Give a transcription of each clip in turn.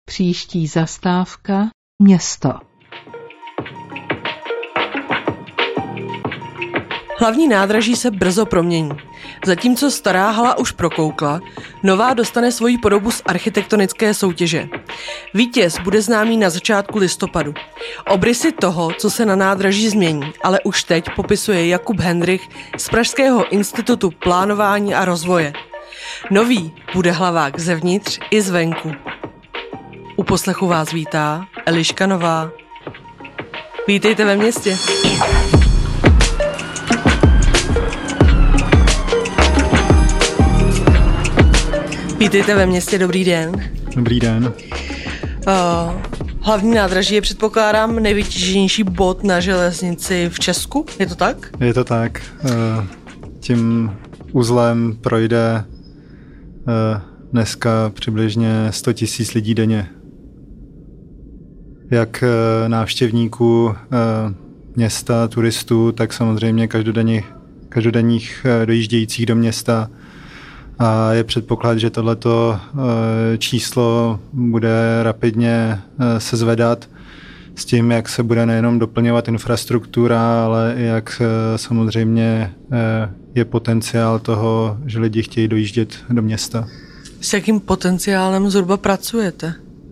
Příští zastávka město. Hlavní nádraží se brzo promění. Zatímco stará hala už prokoukla, nová dostane svoji podobu z architektonické soutěže. Vítěz bude známý na začátku listopadu. Obrysy toho, co se na nádraží změní, ale už teď popisuje Jakub Hendrich z Pražského institutu plánování a rozvoje. Nový bude hlavák zevnitř i zvenku. U poslechu vás vítá Eliška Nová. Vítejte ve městě. Vítejte ve městě, dobrý den. Dobrý den. Hlavní nádraží je, předpokládám, nejvytíženější bod na železnici v Česku, je to tak? Je to tak. Tím uzlem projde dneska přibližně 100 000 lidí denně. Jak návštěvníků města, turistů, tak samozřejmě každodenních dojíždějících do města. A je předpoklad, že tohleto číslo bude rapidně se zvedat s tím, jak se bude nejenom doplňovat infrastruktura, ale i jak samozřejmě je potenciál toho, že lidi chtějí dojíždět do města. S jakým potenciálem zhruba pracujete?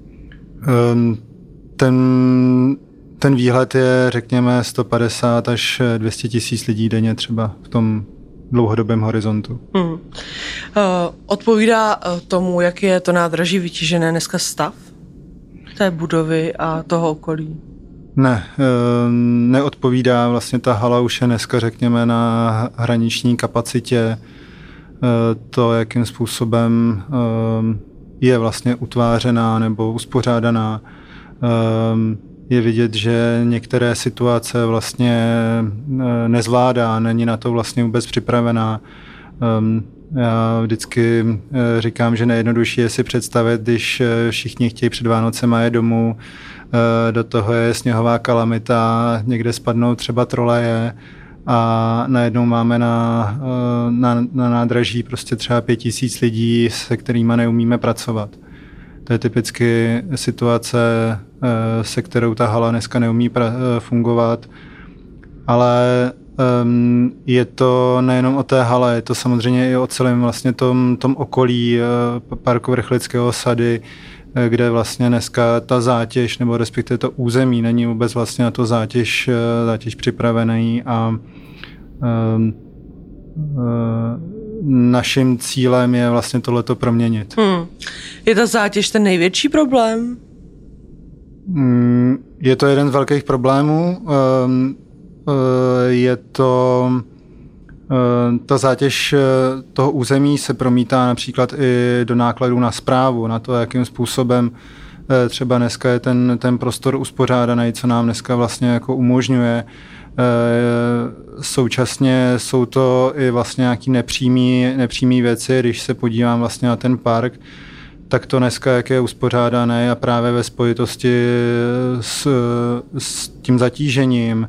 Ten výhled je, řekněme, 150 až 200 000 lidí denně třeba v tom dlouhodobém horizontu. Odpovídá tomu, jak je to nádraží vytížené dneska stav té budovy a toho okolí? Ne, neodpovídá. Vlastně ta hala už je dneska, řekněme, na hraniční kapacitě. To, jakým způsobem je vlastně utvářená nebo uspořádaná. Je vidět, že některé situace vlastně nezvládá, není na to vlastně vůbec připravená. Já vždycky říkám, že nejjednodušší je si představit, když všichni chtějí před Vánocema jet domů, do toho je sněhová kalamita, někde spadnou třeba troleje a najednou máme na nádraží prostě třeba 5 000 lidí, se kterými neumíme pracovat. To je typicky situace, se kterou ta hala dneska neumí fungovat, ale je to nejenom o té hale, je to samozřejmě i o celém vlastně tom okolí parku Vrchlického sady, kde vlastně dneska ta zátěž, nebo respektive to území není vůbec vlastně na to zátěž připravený a naším cílem je vlastně tohleto proměnit. Je ta zátěž ten největší problém? Je to jeden z velkých problémů. Je to ta zátěž toho území se promítá například i do nákladů na správu, na to, jakým způsobem třeba dneska je ten prostor uspořádaný, co nám dneska vlastně jako umožňuje. Současně jsou to i vlastně nějaký nepřímý věci, když se podívám vlastně na ten park, tak to dneska, jak je uspořádané a právě ve spojitosti s tím zatížením,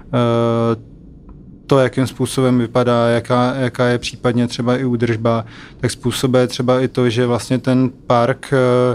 to, jakým způsobem vypadá, jaká je případně třeba i údržba, tak způsobuje třeba i to, že vlastně ten park,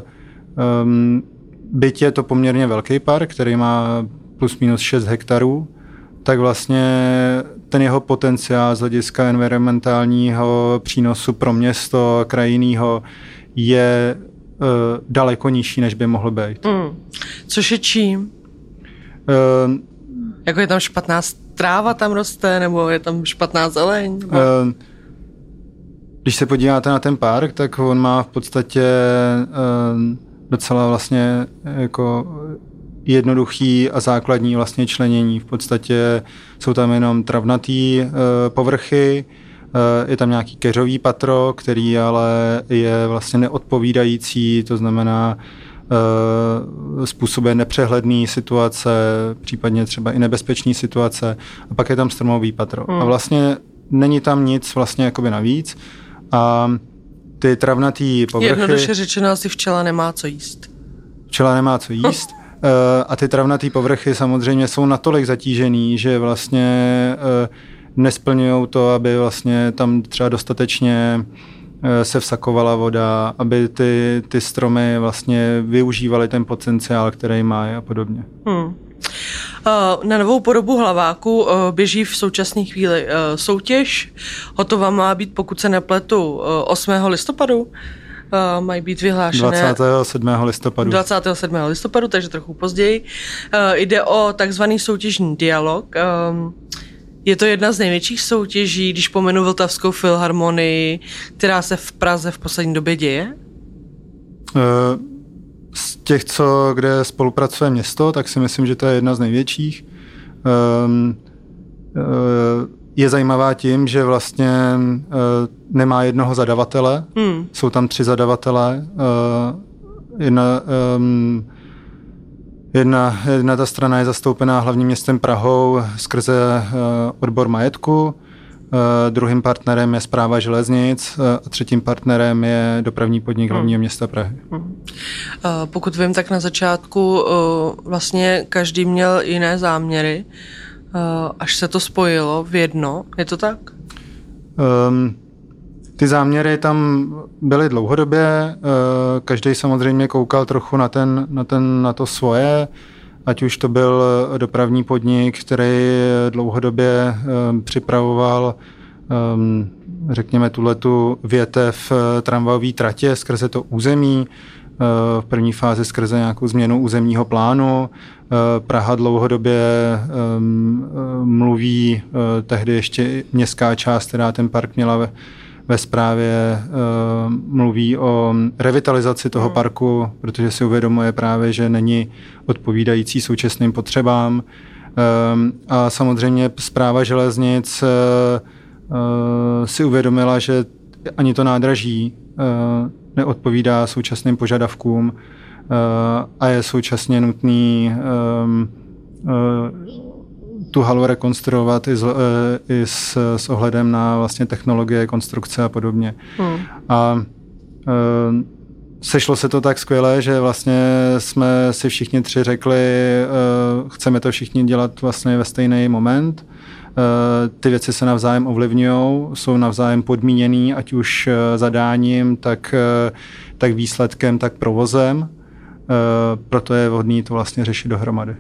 byť je to poměrně velký park, který má plus minus 6 hektarů, tak vlastně ten jeho potenciál z hlediska environmentálního přínosu pro město, krajinného je daleko nižší, než by mohl být. Což je čím? Jako je tam špatná tráva tam roste, nebo je tam špatná zeleň? Když se podíváte na ten park, tak on má v podstatě docela vlastně jako jednoduchý a základní vlastně členění. V podstatě jsou tam jenom travnatý povrchy, je tam nějaký keřový patro, který ale je vlastně neodpovídající, to znamená způsobuje nepřehledné situace, případně třeba i nebezpečné situace, a pak je tam stromový patro. A vlastně není tam nic vlastně jakoby navíc a ty travnatý povrchy... Jednoduše řečeno, asi včela nemá co jíst. Včela nemá co jíst a ty travnatý povrchy samozřejmě jsou natolik zatížený, že vlastně nesplňují to, aby vlastně tam třeba dostatečně se vsakovala voda, aby ty stromy vlastně využívaly ten potenciál, který mají a podobně. Na novou podobu Hlaváku běží v současné chvíli soutěž. Hotová má být, pokud se nepletu, 8. listopadu. Mají být vyhlášené 27. listopadu. 27. listopadu, takže trochu později. Jde o takzvaný soutěžní dialog. Je to jedna z největších soutěží, když pomenu Vltavskou filharmonii, která se v Praze v poslední době děje? Z těch, kde spolupracuje město, tak si myslím, že to je jedna z největších. Je zajímavá tím, že vlastně nemá jednoho zadavatele. Jsou tam 3 zadavatele. Jedna ta strana je zastoupená hlavním městem Prahou skrze odbor majetku, druhým partnerem je Správa železnic a třetím partnerem je dopravní podnik hlavního města Prahy. Pokud vím, tak na začátku vlastně každý měl jiné záměry, až se to spojilo v jedno. Je to tak? Ty záměry tam byly dlouhodobě, každý samozřejmě koukal trochu na to svoje, ať už to byl dopravní podnik, který dlouhodobě připravoval, řekněme, tuhletu větev tramvajové tratě skrze to území, v první fázi skrze nějakou změnu územního plánu. Praha dlouhodobě mluví, tehdy ještě městská část, která ten park měla ve správě, mluví o revitalizaci toho parku, protože si uvědomuje právě, že není odpovídající současným potřebám. A samozřejmě Správa železnic si uvědomila, že ani to nádraží neodpovídá současným požadavkům a je současně nutný tu halu rekonstruovat i s ohledem na vlastně technologie, konstrukce a podobně. A sešlo se to tak skvěle, že vlastně jsme si všichni 3 řekli, chceme to všichni dělat vlastně ve stejný moment. Ty věci se navzájem ovlivňují, jsou navzájem podmíněný, ať už zadáním, tak výsledkem, tak provozem. Proto je vhodné to vlastně řešit dohromady.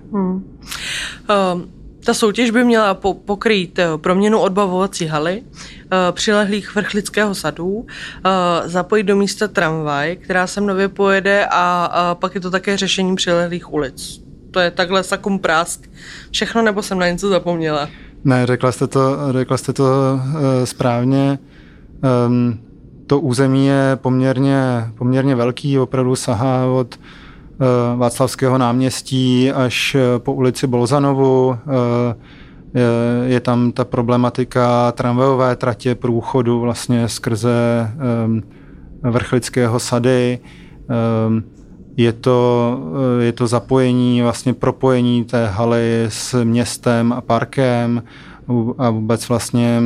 Ta soutěž by měla pokrýt proměnu odbavovací haly, přilehlých Vrchlického sadu, zapojit do místa tramvaj, která sem nově pojede a pak je to také řešení přilehlých ulic. To je takhle sakum prásk. Všechno, nebo jsem na něco zapomněla? Ne, řekla jste to správně. To území je poměrně velký, opravdu sahá od Václavského náměstí až po ulici Bolzanovu. Je tam ta problematika tramvajové tratě, průchodu vlastně skrze Vrchlického sady. Je to zapojení, vlastně propojení té haly s městem a parkem a vůbec vlastně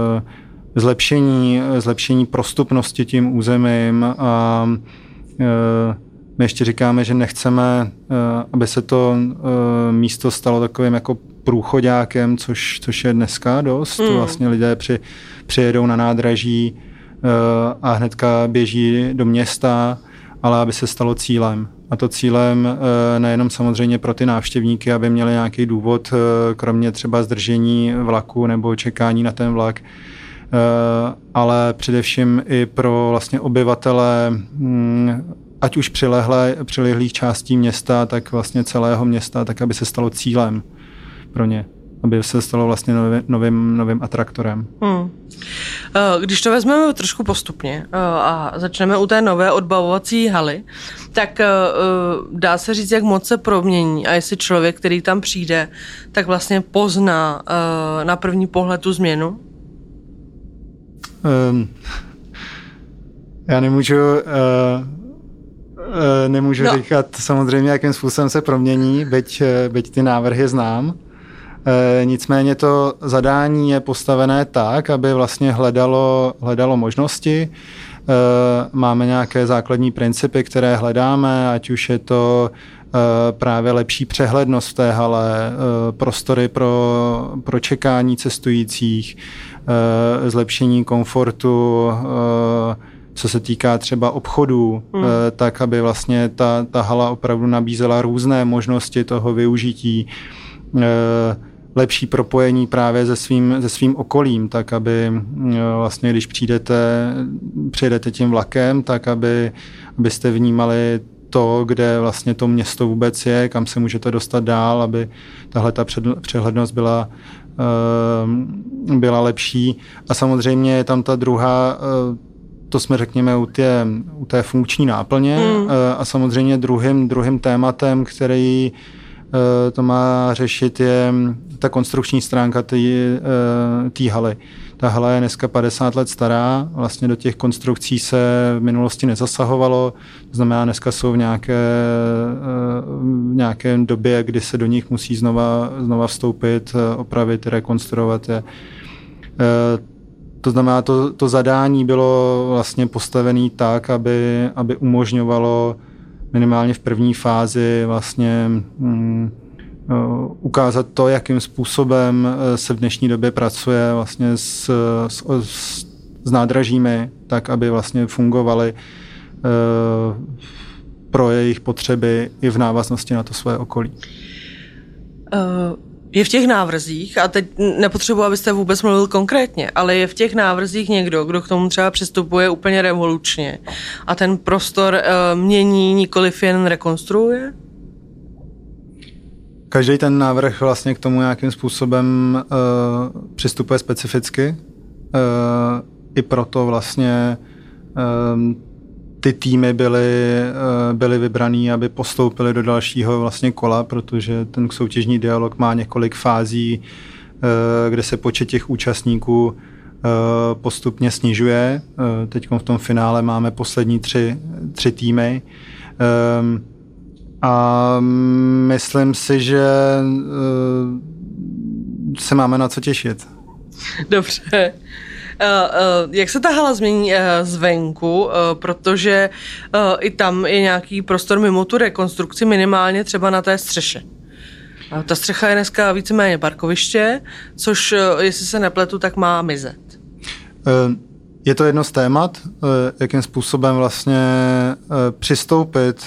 zlepšení prostupnosti tím územím a my ještě říkáme, že nechceme, aby se to místo stalo takovým jako průchodákem, což je dneska dost. Vlastně lidé přijedou na nádraží a hnedka běží do města, ale aby se stalo cílem. A to cílem nejenom samozřejmě pro ty návštěvníky, aby měli nějaký důvod, kromě třeba zdržení vlaku nebo čekání na ten vlak, ale především i pro vlastně obyvatele, ať už přilehlých částí města, tak vlastně celého města, tak aby se stalo cílem pro ně. Aby se stalo vlastně novým atraktorem. Když to vezmeme trošku postupně a začneme u té nové odbavovací haly, tak dá se říct, jak moc se promění a jestli člověk, který tam přijde, tak vlastně pozná na první pohled tu změnu? Já nemůžu říkat samozřejmě, jakým způsobem se promění, byť ty návrhy znám. Nicméně to zadání je postavené tak, aby vlastně hledalo možnosti. Máme nějaké základní principy, které hledáme, ať už je to právě lepší přehlednost v té hale, prostory pro čekání cestujících, zlepšení komfortu co se týká třeba obchodů, tak aby vlastně ta hala opravdu nabízela různé možnosti toho využití, lepší propojení právě se svým okolím, tak aby vlastně, když přijedete tím vlakem, tak abyste vnímali to, kde vlastně to město vůbec je, kam se můžete dostat dál, aby tahle ta přehlednost byla lepší. A samozřejmě je tam ta druhá, to jsme řekněme u té funkční náplně a samozřejmě druhým tématem, který to má řešit, je ta konstrukční stránka té haly. Ta hala je dneska 50 let stará, vlastně do těch konstrukcí se v minulosti nezasahovalo, to znamená, dneska jsou v nějaké době, kdy se do nich musí znova vstoupit, opravit, rekonstruovat je. To znamená, to zadání bylo vlastně postavené tak, aby umožňovalo minimálně v první fázi vlastně ukázat to, jakým způsobem se v dnešní době pracuje vlastně s nádražími, tak aby vlastně fungovaly pro jejich potřeby i v návaznosti na to své okolí. Je v těch návrzích, a teď nepotřebuji, abyste vůbec mluvil konkrétně, ale je v těch návrzích někdo, kdo k tomu třeba přistupuje úplně revolučně a ten prostor mění, nikoliv jen rekonstruuje? Každý ten návrh vlastně k tomu nějakým způsobem přistupuje specificky. I proto vlastně ty týmy byly vybraný, aby postoupili do dalšího vlastně kola, protože ten soutěžní dialog má několik fází, kde se počet těch účastníků postupně snižuje. Teď v tom finále máme poslední tři týmy. A myslím si, že se máme na co těšit. Dobře. Jak se ta hala změní zvenku, protože i tam je nějaký prostor mimo tu rekonstrukci, minimálně třeba na té střeše. Ta střecha je dneska víceméně parkoviště, což, jestli se nepletu, tak má mizet. Je to jedno z témat, jakým způsobem vlastně přistoupit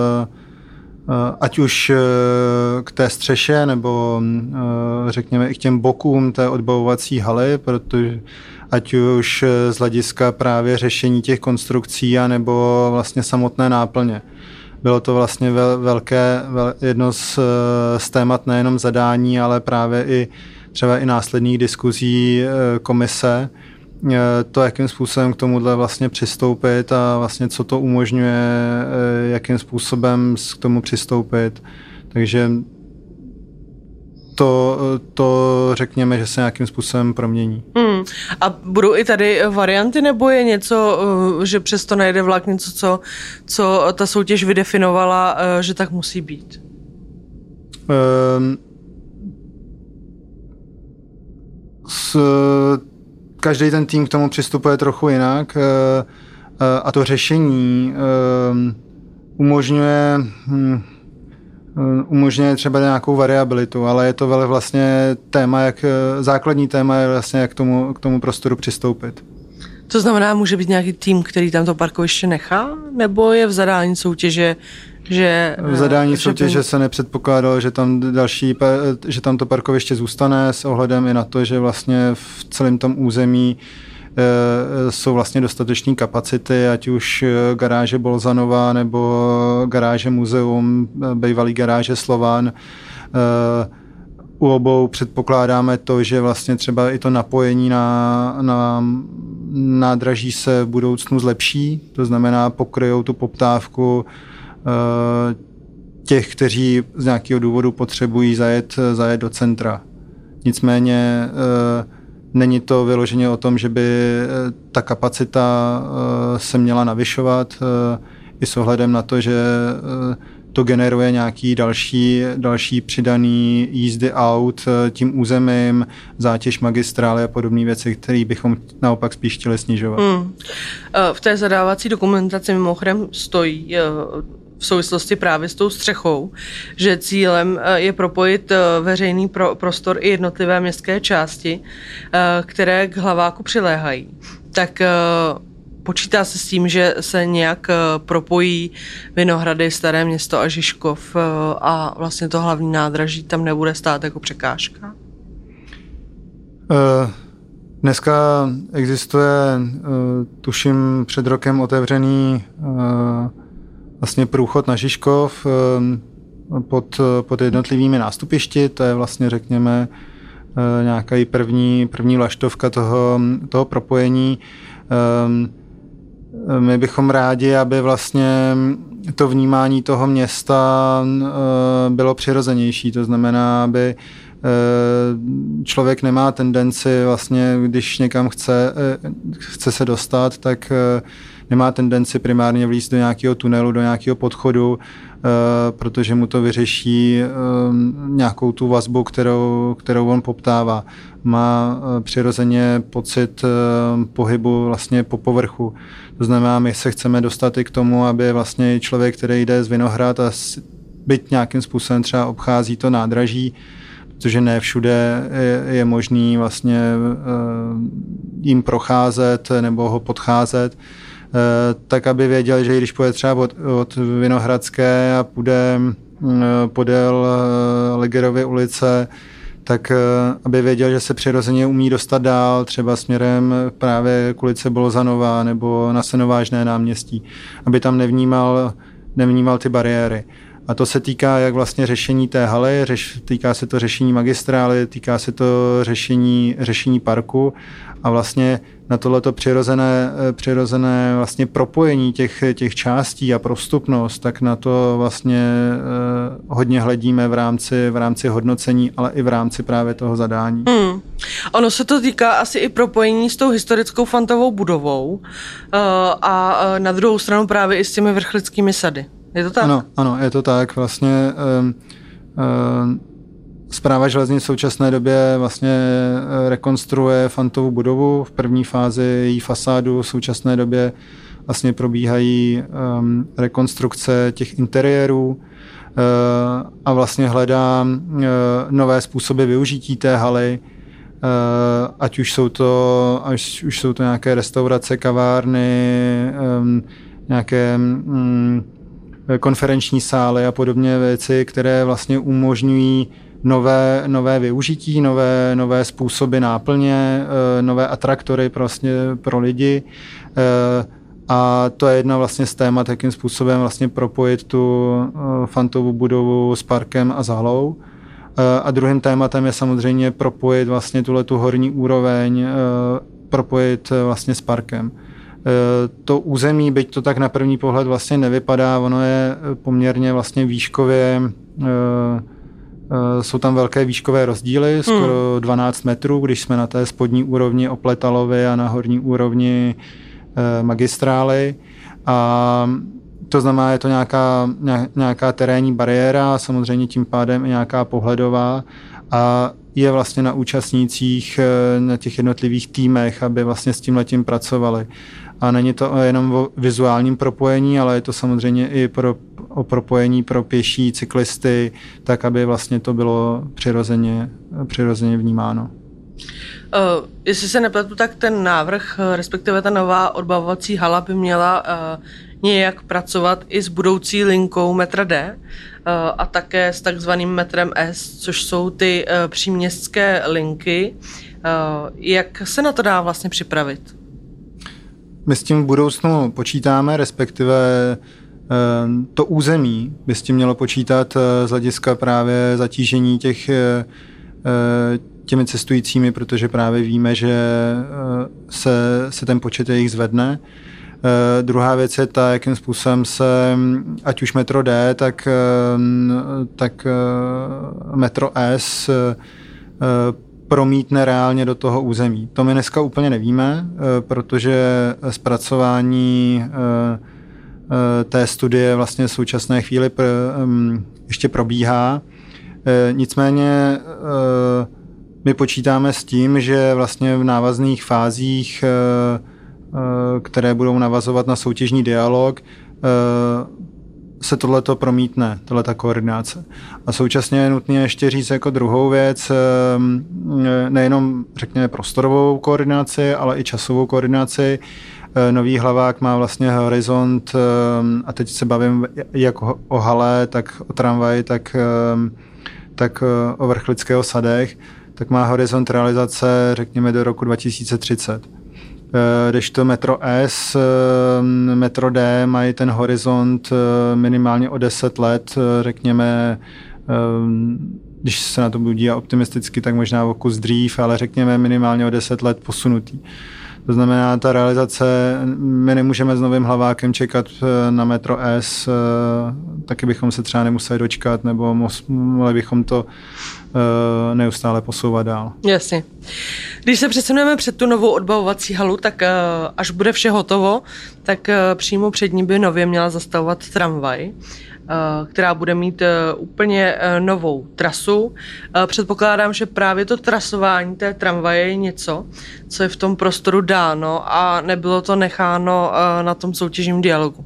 ať už k té střeše, nebo řekněme i k těm bokům té odbavovací haly, protože ať už z hlediska právě řešení těch konstrukcí, anebo vlastně samotné náplně. Bylo to vlastně jedno z témat nejenom zadání, ale právě i třeba i následných diskuzí komise, to, jakým způsobem k tomuhle vlastně přistoupit a vlastně co to umožňuje, jakým způsobem k tomu přistoupit. Takže to řekněme, že se nějakým způsobem promění. A budou i tady varianty, nebo je něco, že přesto nejde vlak, něco, co ta soutěž vydefinovala, že tak musí být? Každý ten tým k tomu přistupuje trochu jinak a to řešení umožňuje třeba nějakou variabilitu, ale je to vlastně základní téma je vlastně, jak k tomu prostoru přistoupit. To znamená, může být nějaký tým, který tam to parkoviště nechá, nebo je v zadání soutěže, že... V zadání soutěže se nepředpokládalo, že tam to parkoviště zůstane s ohledem i na to, že vlastně v celém tom území jsou vlastně dostatečné kapacity, ať už garáže Bolzanova nebo garáže Muzeum, bývalý garáže Slován. U obou předpokládáme to, že vlastně třeba i to napojení na nádraží se v budoucnu zlepší, to znamená pokryjou tu poptávku těch, kteří z nějakého důvodu potřebují zajet do centra. Nicméně není to vyloženě o tom, že by ta kapacita se měla navyšovat i s ohledem na to, že to generuje nějaký další přidaný jízdy aut tím územím, zátěž magistrály a podobné věci, které bychom naopak spíš chtěli snižovat. V té zadávací dokumentaci mimochodem stojí v souvislosti právě s tou střechou, že cílem je propojit veřejný prostor i jednotlivé městské části, které k Hlaváku přiléhají. Tak Počítá se s tím, že se nějak propojí Vinohrady, Staré Město a Žižkov a vlastně to hlavní nádraží tam nebude stát jako překážka? Dneska existuje, tuším, před rokem otevřený vlastně průchod na Žižkov pod jednotlivými nástupišti. To je vlastně, řekněme, nějaká i první vlaštovka toho propojení. My bychom rádi, aby vlastně to vnímání toho města bylo přirozenější. To znamená, aby člověk nemá tendenci vlastně, když někam chce se dostat, tak nemá tendenci primárně vlízt do nějakého tunelu, do nějakého podchodu, protože mu to vyřeší nějakou tu vazbu, kterou on poptává. Má přirozeně pocit pohybu vlastně po povrchu. To znamená, my se chceme dostat i k tomu, aby vlastně člověk, který jde z Vinohrad a byť nějakým způsobem třeba obchází to nádraží, protože ne všude je možný vlastně jim procházet nebo ho podcházet, tak aby věděl, že když půjde třeba od Vinohradské a půjde podél Ligerovy ulice, tak aby věděl, že se přirozeně umí dostat dál, třeba směrem právě k ulici Bolzanova nebo na Senovážné náměstí, aby tam nevnímal ty bariéry. A to se týká jak vlastně řešení té haly, týká se to řešení magistrály, týká se to řešení parku a vlastně na tohleto přirozené vlastně propojení těch částí a prostupnost, tak na to vlastně hodně hledíme v rámci hodnocení, ale i v rámci právě toho zadání. Ono se to týká asi i propojení s tou historickou Fantovou budovou a na druhou stranu právě i s těmi vrchlickými sady. Je to tak? Ano, je to tak. Vlastně Správa železnic v současné době vlastně rekonstruuje Fantovu budovu. V první fázi její fasádu v současné době vlastně probíhají rekonstrukce těch interiérů a vlastně hledá nové způsoby využití té haly, ať už jsou to nějaké restaurace, kavárny, nějaké konferenční sály a podobně věci, které vlastně umožňují nové využití, nové způsoby náplně, nové atraktory prostě pro lidi. A to je jedna vlastně z témat, jakým způsobem vlastně propojit tu Fantovu budovu s parkem a s halou. A druhým tématem je samozřejmě propojit vlastně tu horní úroveň, propojit vlastně s parkem. To území, byť to tak na první pohled vlastně nevypadá, ono je poměrně vlastně výškově, jsou tam velké výškové rozdíly, skoro 12 metrů, když jsme na té spodní úrovni Opletalovy a na horní úrovni magistrály. A to znamená, je to nějaká terénní bariéra, samozřejmě tím pádem i nějaká pohledová a je vlastně na účastnících, na těch jednotlivých týmech, aby vlastně s tímhletím pracovali. A není to jenom o vizuálním propojení, ale je to samozřejmě i o propojení pro pěší, cyklisty, tak aby vlastně to bylo přirozeně vnímáno. Jestli se nepletu, tak ten návrh, respektive ta nová odbavovací hala by měla nějak pracovat i s budoucí linkou metra D a také s takzvaným metrem S, což jsou ty příměstské linky. Jak se na to dá vlastně připravit? My s tím v budoucnu počítáme, respektive to území by s tím mělo počítat z hlediska právě zatížení těmi cestujícími, protože právě víme, že se ten počet jejich zvedne. Druhá věc je ta, jakým způsobem se, ať už metro D, tak metro S promítne reálně do toho území. To my dneska úplně nevíme, protože zpracování té studie vlastně v současné chvíli ještě probíhá. Nicméně my počítáme s tím, že vlastně v návazných fázích, které budou navazovat na soutěžní dialog, se tohleto promítne, tohleta koordinace. A současně je nutné ještě říct jako druhou věc, nejenom řekněme prostorovou koordinaci, ale i časovou koordinaci. Nový Hlavák má vlastně horizont, a teď se bavím jak o hale, tak o tramvaji, tak o Vrchlického sadech, tak má horizont realizace, řekněme, do roku 2030. Kdežto metro S, metro D mají ten horizont minimálně o 10 let, řekněme, když se na to budu dívat optimisticky, tak možná o kus dřív, ale řekněme minimálně o 10 let posunutý. To znamená, ta realizace, my nemůžeme s Novým Hlavákem čekat na metro S, taky bychom se třeba nemuseli dočkat, nebo mohli bychom to neustále posouvat dál. Jasně. Když se přesuneme před tu novou odbavovací halu, tak až bude vše hotovo, tak přímo před ní by nově měla zastavovat tramvaj, která bude mít úplně novou trasu. Předpokládám, že právě to trasování té tramvaje je něco, co je v tom prostoru dáno a nebylo to necháno na tom soutěžním dialogu.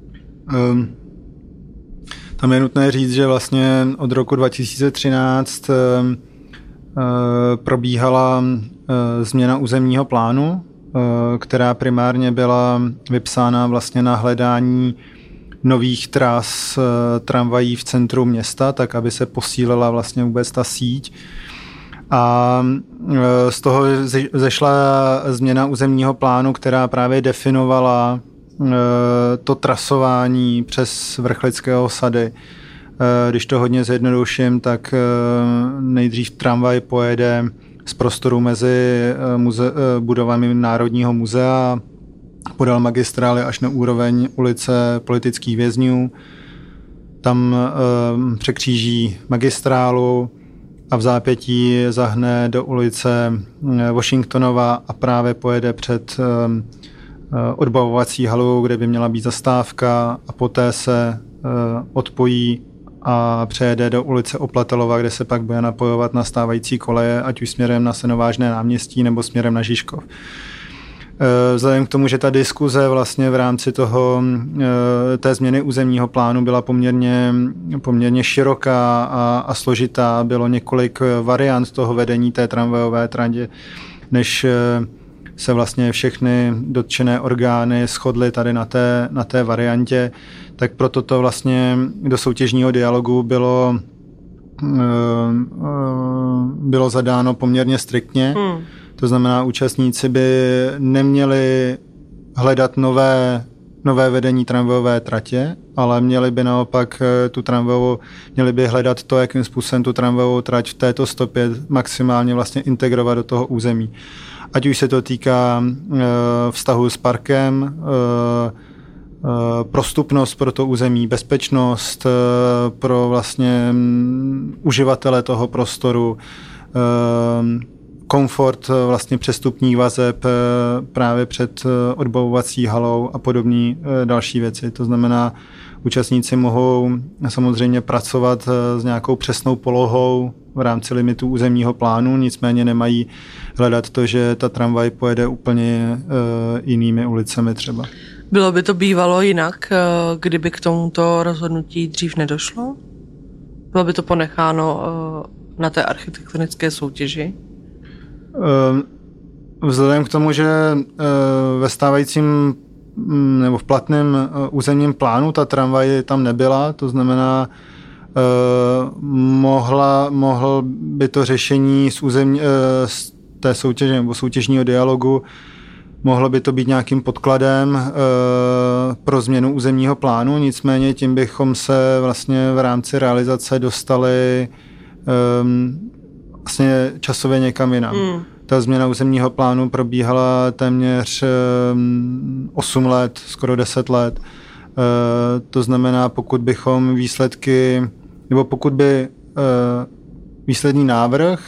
Tam je nutné říct, že vlastně od roku 2013 probíhala změna územního plánu, která primárně byla vypsána vlastně na hledání nových tras tramvají v centru města, tak aby se posílila vlastně vůbec ta síť. A z toho zešla změna územního plánu, která právě definovala to trasování přes Vrchlického sady. Když to hodně zjednoduším, tak nejdřív tramvaj pojede z prostoru mezi budovami Národního muzea, podél magistrály až na úroveň ulice Politických vězňů. Tam překříží magistrálu a v zápětí zahne do ulice Washingtonova a právě pojede před odbavovací halu, kde by měla být zastávka, a poté se odpojí a přejede do ulice Oplatelova, kde se pak bude napojovat na stávající koleje, ať už směrem na Senovážné náměstí nebo směrem na Žižkov. Vzhledem k tomu, že ta diskuze vlastně v rámci té změny územního plánu byla poměrně široká a složitá, bylo několik variant toho vedení té tramvajové tratě, než se vlastně všechny dotčené orgány shodly tady na té variantě, tak proto to vlastně do soutěžního dialogu bylo zadáno poměrně striktně. To znamená, účastníci by neměli hledat nové vedení tramvajové tratě, ale měli by naopak měli by hledat to, jakým způsobem tu tramvajovou trať v této stopě maximálně vlastně integrovat do toho území. Ať už se to týká vztahu s parkem, prostupnost pro to území, bezpečnost pro vlastně uživatele toho prostoru, komfort vlastně přestupních vazeb právě před odbavovací halou a podobné další věci. To znamená, účastníci mohou samozřejmě pracovat s nějakou přesnou polohou v rámci limitů územního plánu, nicméně nemají hledat to, že ta tramvaj pojede úplně jinými ulicemi třeba. Bylo by to bývalo jinak, kdyby k tomuto rozhodnutí dřív nedošlo? Bylo by to ponecháno na té architektonické soutěži? Vzhledem k tomu, že ve stávajícím nebo v platném územním plánu ta tramvaj tam nebyla, to znamená, mohl by to řešení z té soutěže nebo soutěžního dialogu, mohlo by to být nějakým podkladem pro změnu územního plánu, nicméně tím bychom se vlastně v rámci realizace dostali vlastně časově někam jinam. Ta změna územního plánu probíhala téměř 8 let, skoro 10 let. To znamená, pokud by výsledný návrh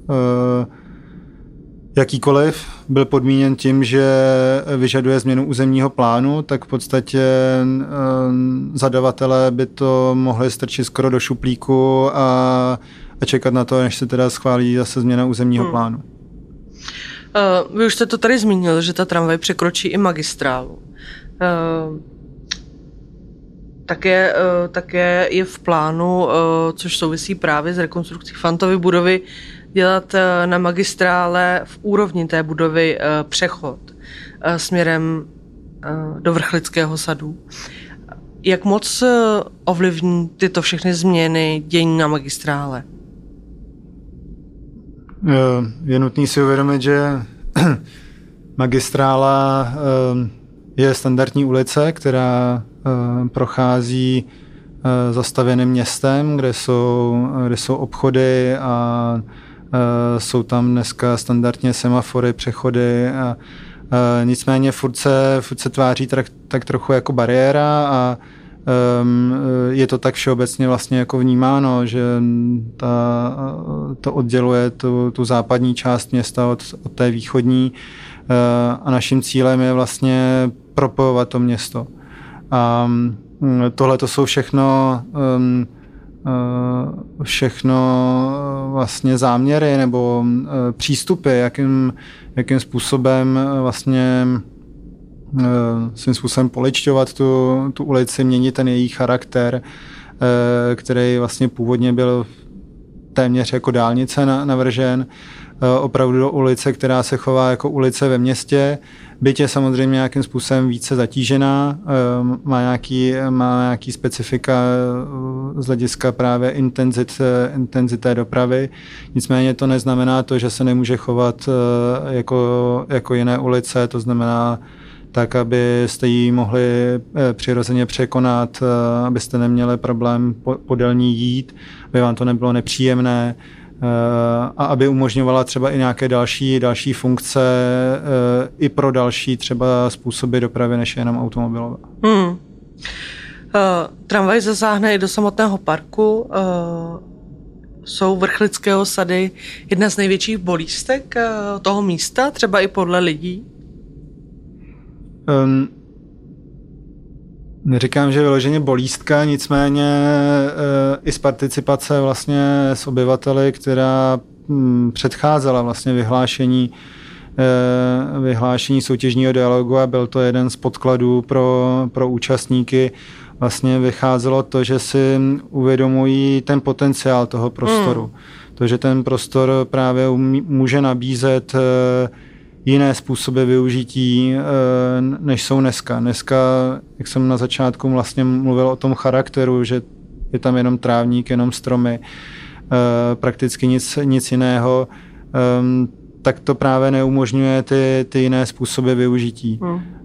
jakýkoliv byl podmíněn tím, že vyžaduje změnu územního plánu, tak v podstatě zadavatelé by to mohli strčit skoro do šuplíku a čekat na to, než se teda schválí zase změna územního plánu. Vy už jste to tady zmínil, že ta tramvaj překročí i magistrálu. Také je v plánu, což souvisí právě s rekonstrukcí Fantovy budovy, dělat na magistrále v úrovni té budovy přechod směrem do Vrchlického sadu. Jak moc ovlivní tyto všechny změny dění na magistrále? Je nutný si uvědomit, že magistrála je standardní ulice, která prochází zastavěným městem, kde jsou obchody a jsou tam dneska standardně semafory, přechody a nicméně furt se tváří tak trochu jako bariéra a je to tak všeobecně vlastně jako vnímáno, že to odděluje tu západní část města od té východní a naším cílem je vlastně propojovat to město. A tohle to jsou všechno vlastně záměry nebo přístupy, jakým způsobem vlastně svým způsobem poličťovat tu ulici, měnit ten její charakter, který vlastně původně byl téměř jako dálnice navržen, opravdu do ulice, která se chová jako ulice ve městě, byť je samozřejmě nějakým způsobem více zatížená, má nějaký specifika z hlediska právě intenzity dopravy. Nicméně to neznamená to, že se nemůže chovat jako jiné ulice, to znamená tak, abyste ji mohli přirozeně překonat, abyste neměli problém podél ní jít, aby vám to nebylo nepříjemné, a aby umožňovala třeba i nějaké další funkce i pro další třeba způsoby dopravy, než je jenom automobilové. Tramvaj zasáhne i do samotného parku. Jsou Vrchlického sady jedna z největších bolístek toho místa, třeba i podle lidí? Neříkám, že vyloženě bolístka, nicméně i z participace vlastně s obyvateli, která předcházela vlastně vyhlášení soutěžního dialogu a byl to jeden z podkladů pro účastníky, vlastně vycházelo to, že si uvědomují ten potenciál toho prostoru. To, že ten prostor právě může nabízet jiné způsoby využití, než jsou dneska. Dneska, jak jsem na začátku vlastně mluvil o tom charakteru, že je tam jenom trávník, jenom stromy, prakticky nic jiného, tak to právě neumožňuje ty jiné způsoby využití.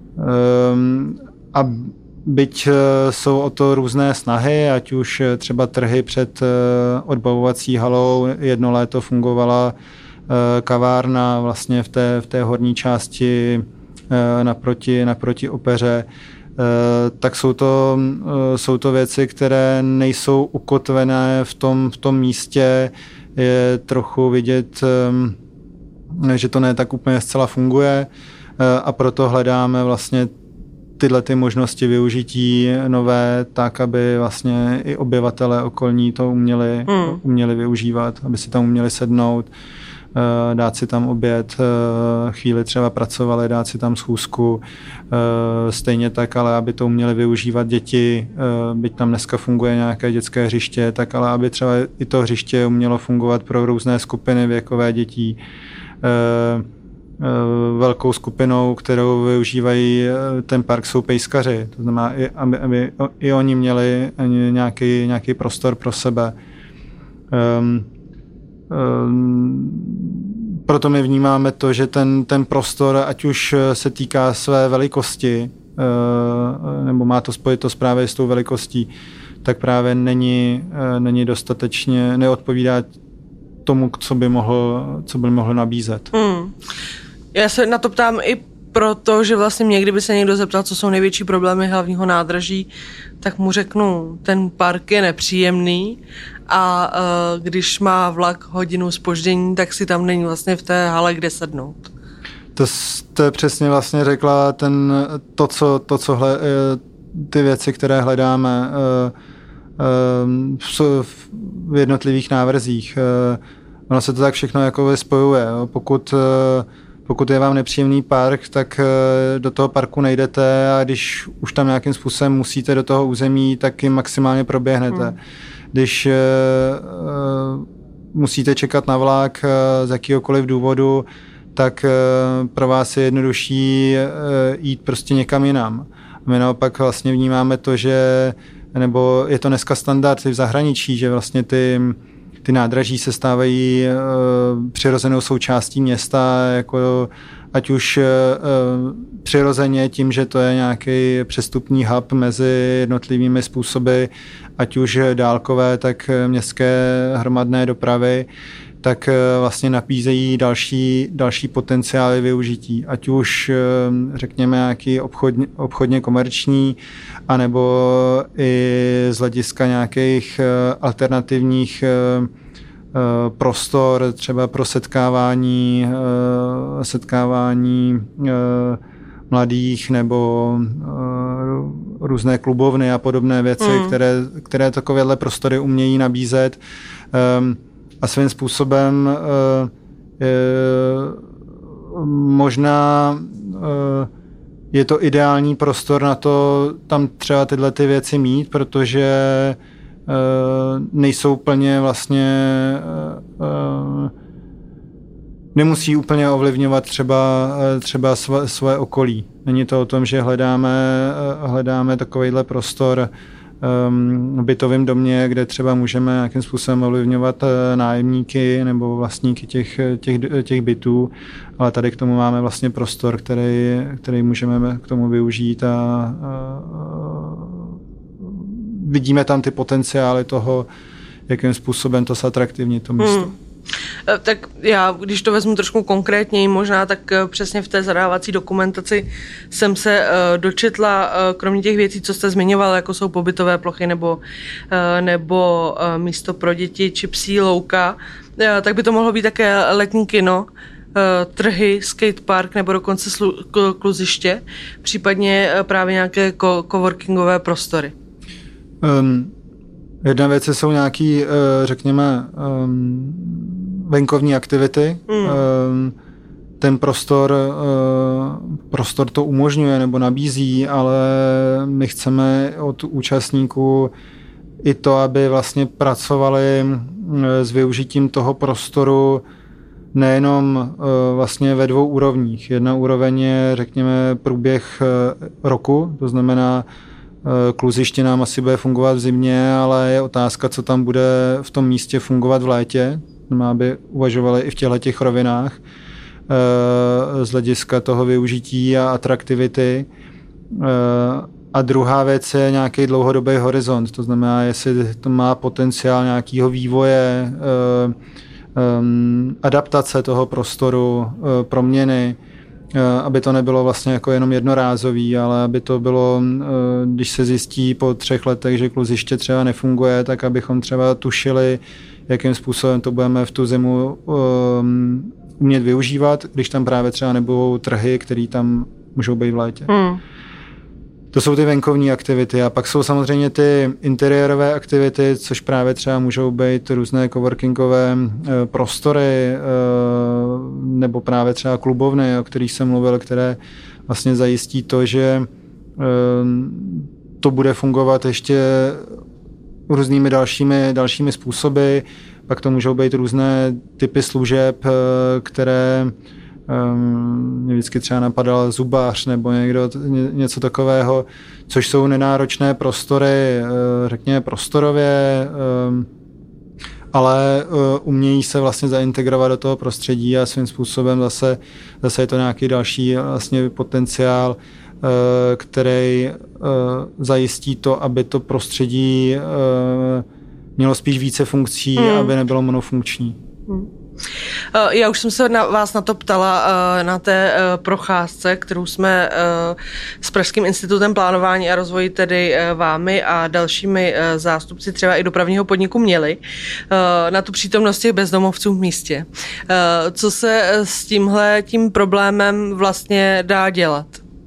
A byť jsou o to různé snahy, ať už třeba trhy před odbavovací halou, jedno léto fungovala kavárna vlastně v té horní části naproti opeře, tak jsou to věci, které nejsou ukotvené v tom místě. Je trochu vidět, že to ne tak úplně zcela funguje a proto hledáme vlastně tyhle ty možnosti využití nové tak, aby vlastně i obyvatelé okolní to uměli využívat, aby si tam uměli sednout, dát si tam oběd, chvíli třeba pracovali, dát si tam schůzku, stejně tak, ale aby to uměli využívat děti, byť tam dneska funguje nějaké dětské hřiště, tak ale aby třeba i to hřiště umělo fungovat pro různé skupiny věkové dětí. Velkou skupinou, kterou využívají ten park, jsou pejskaři. To znamená, aby i oni měli nějaký prostor pro sebe. Proto my vnímáme to, že ten prostor, ať už se týká své velikosti, nebo má to spojitost právě s tou velikostí, tak právě není dostatečně, neodpovídá tomu, co by mohl nabízet. Já se na to ptám i proto, že vlastně mě, kdyby se někdo zeptal, co jsou největší problémy hlavního nádraží, tak mu řeknu, ten park je nepříjemný a když má vlak hodinu zpoždění, tak si tam není vlastně v té hale kde sednout. To je přesně vlastně řekla ty věci, které hledáme v jednotlivých návrzích. Ono se to tak všechno jako spojuje. Pokud je vám nepříjemný park, tak do toho parku nejdete a když už tam nějakým způsobem musíte do toho území, tak jim maximálně proběhnete. Když musíte čekat na vlak z jakýhokoliv důvodu, tak pro vás je jednodušší jít prostě někam jinam. My naopak vlastně vnímáme to, že, nebo je to dneska standard v zahraničí, že vlastně ty nádraží se stávají přirozenou součástí města, jako ať už přirozeně tím, že to je nějaký přestupní hub mezi jednotlivými způsoby, ať už dálkové, tak městské hromadné dopravy, tak vlastně nabízejí další potenciály využití. Ať už řekněme nějaký obchodně komerční, anebo i z hlediska nějakých alternativních prostor, třeba pro setkávání mladých nebo různé klubovny a podobné věci, které takovéhle prostory umějí nabízet. A svým způsobem možná je to ideální prostor na to tam třeba tyhle ty věci mít, protože nejsou úplně vlastně nemusí úplně ovlivňovat třeba svoje okolí. Není to o tom, že hledáme takovýhle prostor v bytovém domě, kde třeba můžeme nějakým způsobem ovlivňovat nájemníky nebo vlastníky těch bytů, ale tady k tomu máme vlastně prostor, který můžeme k tomu využít a vidíme tam ty potenciály toho, jakým způsobem to zatraktivní to místo. Tak já, když to vezmu trošku konkrétněji možná, tak přesně v té zadávací dokumentaci jsem se dočetla, kromě těch věcí, co jste zmiňoval, jako jsou pobytové plochy nebo místo pro děti či psí louka, tak by to mohlo být také letní kino, trhy, skatepark nebo dokonce kluziště, případně právě nějaké coworkingové prostory. Jedna věc jsou nějaký, řekněme, venkovní aktivity. Ten prostor to umožňuje nebo nabízí, ale my chceme od účastníků i to, aby vlastně pracovali s využitím toho prostoru nejenom vlastně ve dvou úrovních. Jedna úroveň je, řekněme, průběh roku, to znamená, kluziště nám asi bude fungovat v zimě, ale je otázka, co tam bude v tom místě fungovat v létě. Aby uvažovali i v těchto rovinách z hlediska toho využití a atraktivity. A druhá věc je nějaký dlouhodobý horizont, to znamená, jestli to má potenciál nějakého vývoje, adaptace toho prostoru, proměny, aby to nebylo vlastně jako jenom jednorázový, ale aby to bylo, když se zjistí po 3 letech, že kluziště třeba nefunguje, tak abychom třeba tušili, jakým způsobem to budeme v tu zimu umět využívat, když tam právě třeba nebudou trhy, které tam můžou být v létě. To jsou ty venkovní aktivity a pak jsou samozřejmě ty interiérové aktivity, což právě třeba můžou být různé coworkingové prostory nebo právě třeba klubovny, o kterých jsem mluvil, které vlastně zajistí to, že to bude fungovat ještě různými dalšími způsoby. Pak to můžou být různé typy služeb, které mě vždycky třeba napadal zubář nebo něco takového, což jsou nenáročné prostory, řekněme prostorově, ale umějí se vlastně zaintegrovat do toho prostředí a svým způsobem zase je to nějaký další vlastně potenciál, který zajistí to, aby to prostředí mělo spíš více funkcí, aby nebylo monofunkční. Já už jsem se vás na to ptala na té procházce, kterou jsme s Pražským institutem plánování a rozvoji, tedy vámi a dalšími zástupci třeba i dopravního podniku měli, na tu přítomnost těch bezdomovců v místě. Co se s tím problémem vlastně dá dělat?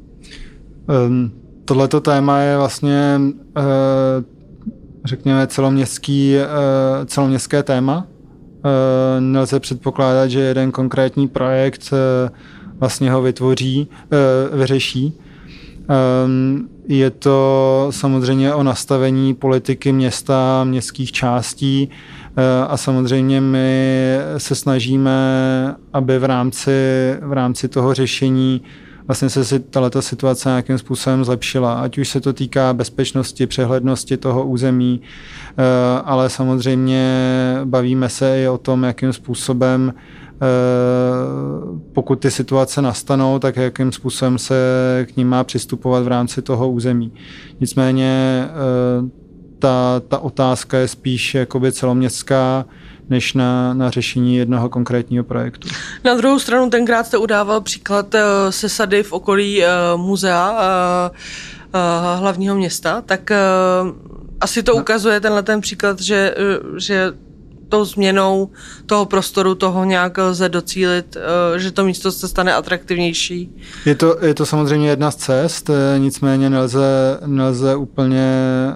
Tohleto téma je vlastně, řekněme, celoměstské téma. Nelze předpokládat, že jeden konkrétní projekt vlastně ho vyřeší. Je to samozřejmě o nastavení politiky města, městských částí a samozřejmě my se snažíme, aby v rámci toho řešení vlastně se tato situace nějakým způsobem zlepšila. Ať už se to týká bezpečnosti, přehlednosti toho území, ale samozřejmě bavíme se i o tom, jakým způsobem, pokud ty situace nastanou, tak jakým způsobem se k nim má přistupovat v rámci toho území. Nicméně ta otázka je spíš jakoby celoměstská, než na řešení jednoho konkrétního projektu. Na druhou stranu tenkrát jste udával příklad se sady v okolí muzea hlavního města, tak asi to ukazuje tenhle příklad, že tou změnou toho prostoru toho nějak lze docílit, že to místo se stane atraktivnější. Je to samozřejmě jedna z cest, nicméně nelze úplně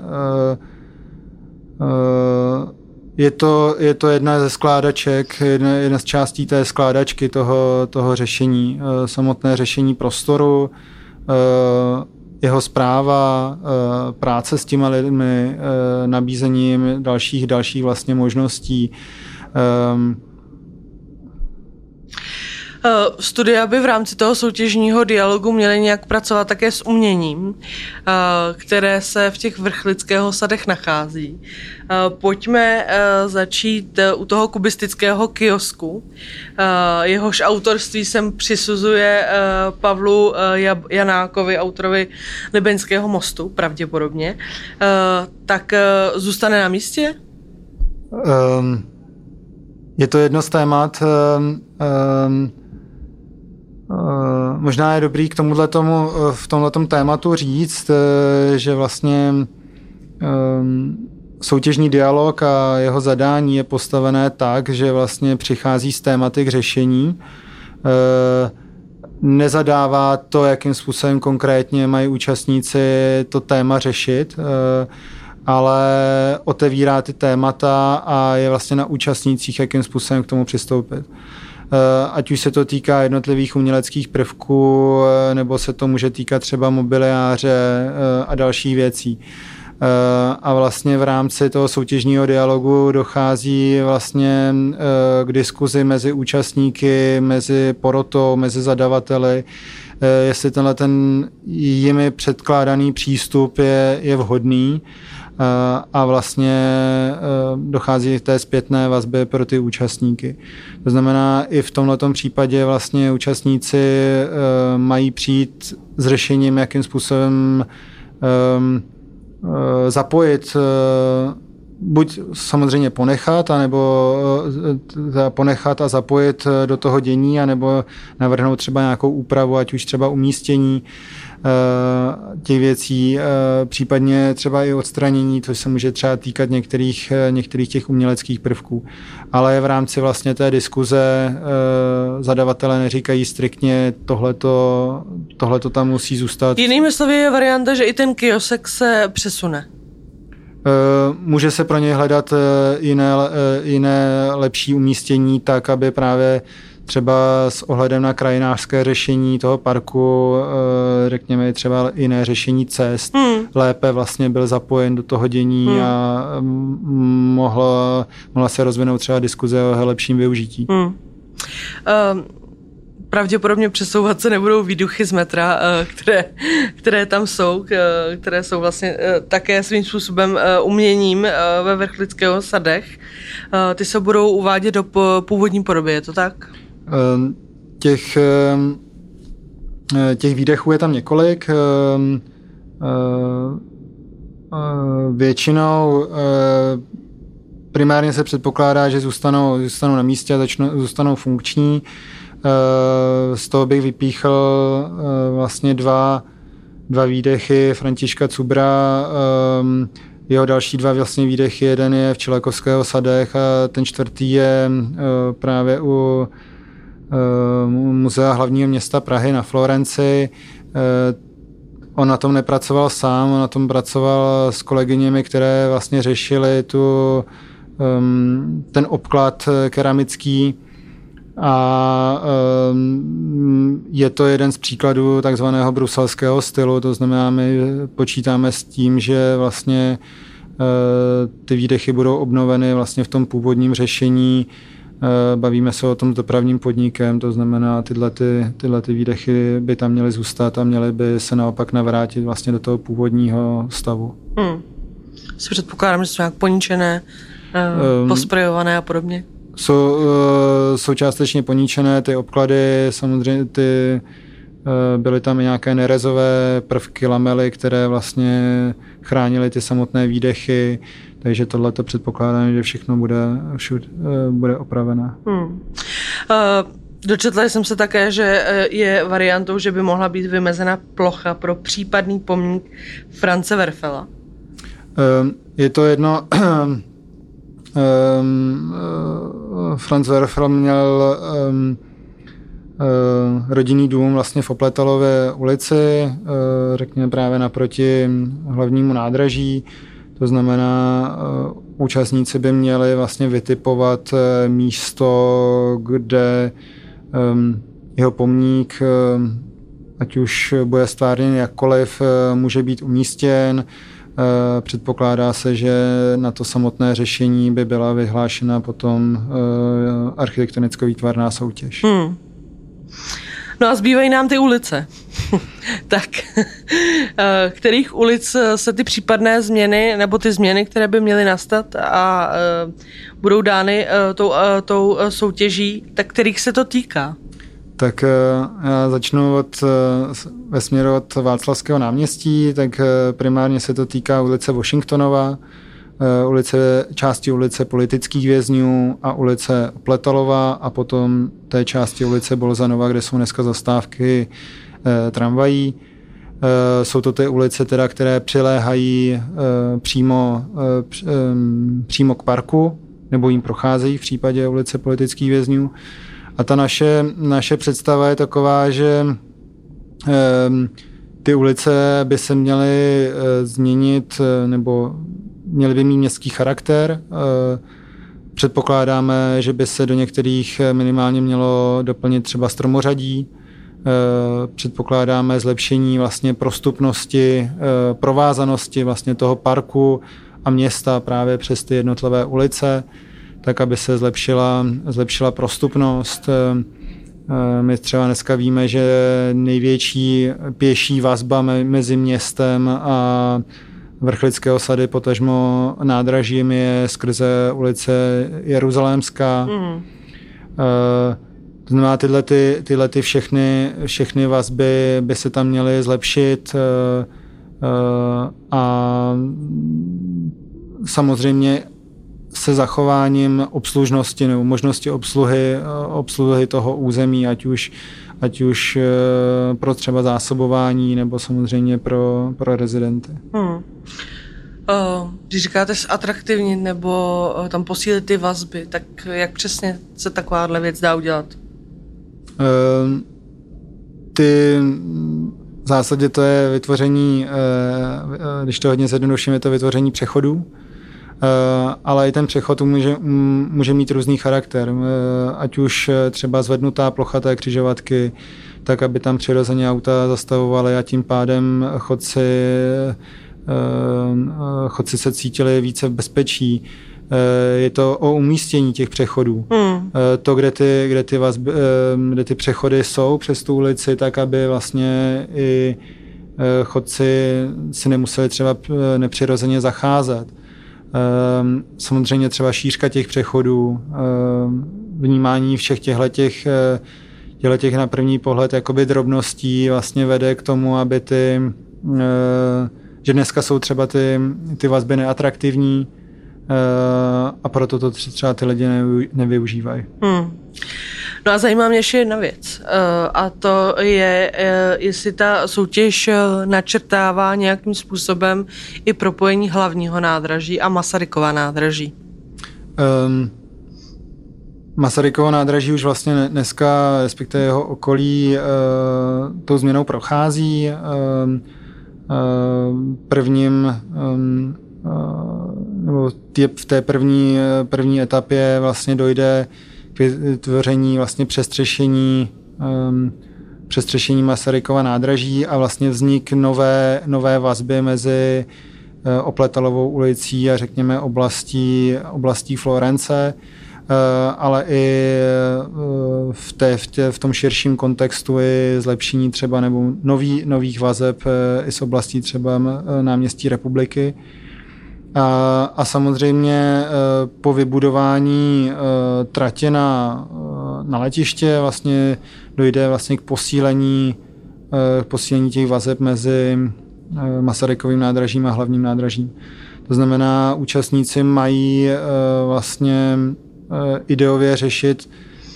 je to jedna ze skládaček, jedna z částí té skládačky toho řešení. Samotné řešení prostoru, jeho správa, práce s těma lidmi, nabízením dalších vlastně možností. Studia by v rámci toho soutěžního dialogu měly nějak pracovat také s uměním, které se v těch vrchlického sadech nachází. Pojďme začít u toho kubistického kiosku. Jehož autorství sem přisuzuje Pavlu Janákovi, autorovi Libeňského mostu, pravděpodobně. Tak zůstane na místě? Je to jedno z témat. Možná je dobrý v tomhletom tématu říct, že vlastně soutěžní dialog a jeho zadání je postavené tak, že vlastně přichází s tématy k řešení. Nezadává to, jakým způsobem konkrétně mají účastníci to téma řešit, ale otevírá ty témata a je vlastně na účastnících, jakým způsobem k tomu přistoupit. Ať už se to týká jednotlivých uměleckých prvků, nebo se to může týkat třeba mobiliáře a dalších věcí. A vlastně v rámci toho soutěžního dialogu dochází vlastně k diskuzi mezi účastníky, mezi porotou, mezi zadavateli, jestli ten jimi předkládaný přístup je vhodný. A vlastně dochází k té zpětné vazbě pro ty účastníky. To znamená, i v tomhletom případě vlastně účastníci mají přijít s řešením, jakým způsobem zapojit, buď samozřejmě ponechat a zapojit do toho dění, anebo navrhnout třeba nějakou úpravu, ať už třeba umístění těch věcí, případně třeba i odstranění, což se může třeba týkat některých těch uměleckých prvků. Ale v rámci vlastně té diskuze zadavatelé neříkají striktně tohleto tam musí zůstat. Jinými slovy je varianta, že i ten kiosek se přesune. Může se pro něj hledat jiné lepší umístění tak, aby právě třeba s ohledem na krajinářské řešení toho parku, řekněme třeba jiné řešení cest, lépe vlastně byl zapojen do toho dění a mohla se rozvinout třeba diskuze o lepším využití. Pravděpodobně přesouvat se nebudou výduchy z metra, které tam jsou, které jsou vlastně také svým způsobem uměním ve vrchlického sadech. Ty se budou uvádět do původní podoby, je to tak? Těch výdechů je tam několik. Většinou primárně se předpokládá, že zůstanou na místě a zůstanou funkční. Z toho bych vypíchl vlastně dva výdechy Františka Cubra, jeho další dva vlastně výdechy, jeden je v Čilakovského sadech a ten čtvrtý je právě u Muzea hlavního města Prahy na Florenci. On na tom nepracoval sám, on na tom pracoval s kolegyněmi, které vlastně řešily ten obklad keramický. A je to jeden z příkladů takzvaného bruselského stylu, to znamená, my počítáme s tím, že vlastně ty výdechy budou obnoveny vlastně v tom původním řešení. Bavíme se o tom s dopravním podnikem, to znamená, tyhle výdechy by tam měly zůstat a měly by se naopak navrátit vlastně do toho původního stavu. Si předpokládám, že jsou nějak poničené, posprejované a podobně. Jsou částečně poničené ty obklady, samozřejmě byly tam i nějaké nerezové prvky, lamely, které vlastně chránily ty samotné výdechy, takže tohleto předpokládám, že všechno bude opravené. Dočetla jsem se také, že je variantou, že by mohla být vymezena plocha pro případný pomník Franze Werfela. Je to jedno... Franz Werfel měl rodinný dům vlastně v Opletalově ulici, řekněme právě naproti hlavnímu nádraží. To znamená, účastníci by měli vlastně vytipovat místo, kde jeho pomník, ať už bude stvárněn jakkoliv, může být umístěn. Předpokládá se, že na to samotné řešení by byla vyhlášena potom architektonicko-výtvarná soutěž. No a zbývají nám ty ulice. Tak, kterých ulic se ty případné změny, nebo ty změny, které by měly nastat a budou dány tou soutěží, tak kterých se to týká? Tak já začnu ve směru od Václavského náměstí, tak primárně se to týká ulice Washingtonova, části ulice Politických vězňů a ulice Opletalova a potom té části ulice Bolzanova, kde jsou dneska zastávky tramvají. Jsou to ty ulice, teda, které přiléhají přímo k parku, nebo jim procházejí v případě ulice Politických vězňů. A ta naše představa je taková, že ty ulice by se měly změnit nebo měly by mít městský charakter. Předpokládáme, že by se do některých minimálně mělo doplnit třeba stromořadí. Předpokládáme zlepšení vlastně prostupnosti, provázanosti vlastně toho parku a města právě přes ty jednotlivé ulice, tak aby se zlepšila prostupnost. My třeba dneska víme, že největší pěší vazba mezi městem a Vrchlického sady, potažmo nádražím, je skrze ulice Jeruzalémská. To znamená, tyhle všechny vazby by se tam měly zlepšit a samozřejmě se zachováním obslužnosti nebo možnosti obsluhy toho území, ať už pro třeba zásobování nebo samozřejmě pro rezidenty. Když říkáte atraktivní nebo tam posílit ty vazby, tak jak přesně se takováhle věc dá udělat? V zásadě to je vytvoření, když to hodně zjednodušíme, je to vytvoření přechodů, ale i ten přechod může mít různý charakter, ať už třeba zvednutá plocha té křižovatky, tak aby tam přirozeně auta zastavovaly a tím pádem chodci se cítili více v bezpečí. Je to o umístění těch přechodů. To, kde ty přechody jsou přes tu ulici, tak aby vlastně i chodci si nemuseli třeba nepřirozeně zacházet. Samozřejmě třeba šířka těch přechodů, vnímání všech těchto na první pohled jakoby drobností vlastně vede k tomu, aby že dneska jsou třeba ty vazby neatraktivní a proto to třeba ty lidi nevyužívají. No a zajímá mě ještě jedna věc a to je, jestli ta soutěž načrtává nějakým způsobem i propojení hlavního nádraží a Masarykova nádraží. Masarykovo nádraží už vlastně dneska, respektive jeho okolí, tou změnou prochází. V té první etapě vlastně dojde vytvoření vlastně přestřešení Masarykova nádraží a vlastně vznik nové vazby mezi Opletalovou ulicí a řekněme oblastí Florence, ale i v tom širším kontextu i zlepšení třeba nebo nových vazeb i z oblastí třeba náměstí Republiky. A samozřejmě po vybudování tratě na letiště vlastně dojde vlastně k posílení těch vazeb mezi Masarykovým nádražím a hlavním nádražím. To znamená, účastníci mají vlastně ideově řešit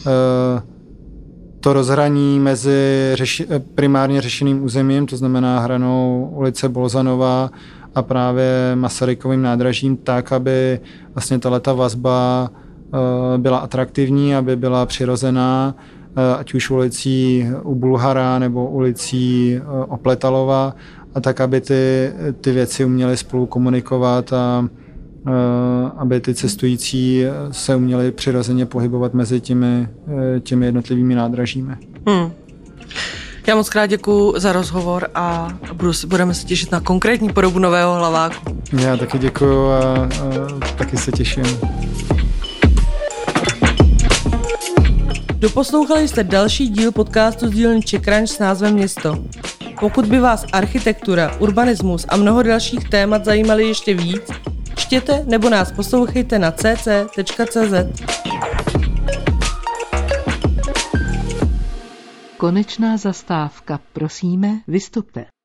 to rozhraní mezi primárně řešeným územím, to znamená hranou ulice Bolzanova a právě Masarykovým nádražím tak, aby vlastně tato vazba byla atraktivní, aby byla přirozená, ať už ulicí u Bulhara nebo ulicí Opletalova, a tak, aby ty věci uměly spolu komunikovat a aby ty cestující se uměli přirozeně pohybovat mezi těmi jednotlivými nádražími. Já moc krát děkuju za rozhovor a budeme se těšit na konkrétní podobu nového Hlaváku. Já taky děkuju a taky se těším. Doposlouchali jste další díl podcastu z dílny Czech Ranch s názvem Město. Pokud by vás architektura, urbanismus a mnoho dalších témat zajímaly ještě víc, čtěte nebo nás poslouchejte na cc.cz. Konečná zastávka. Prosíme, vystupte.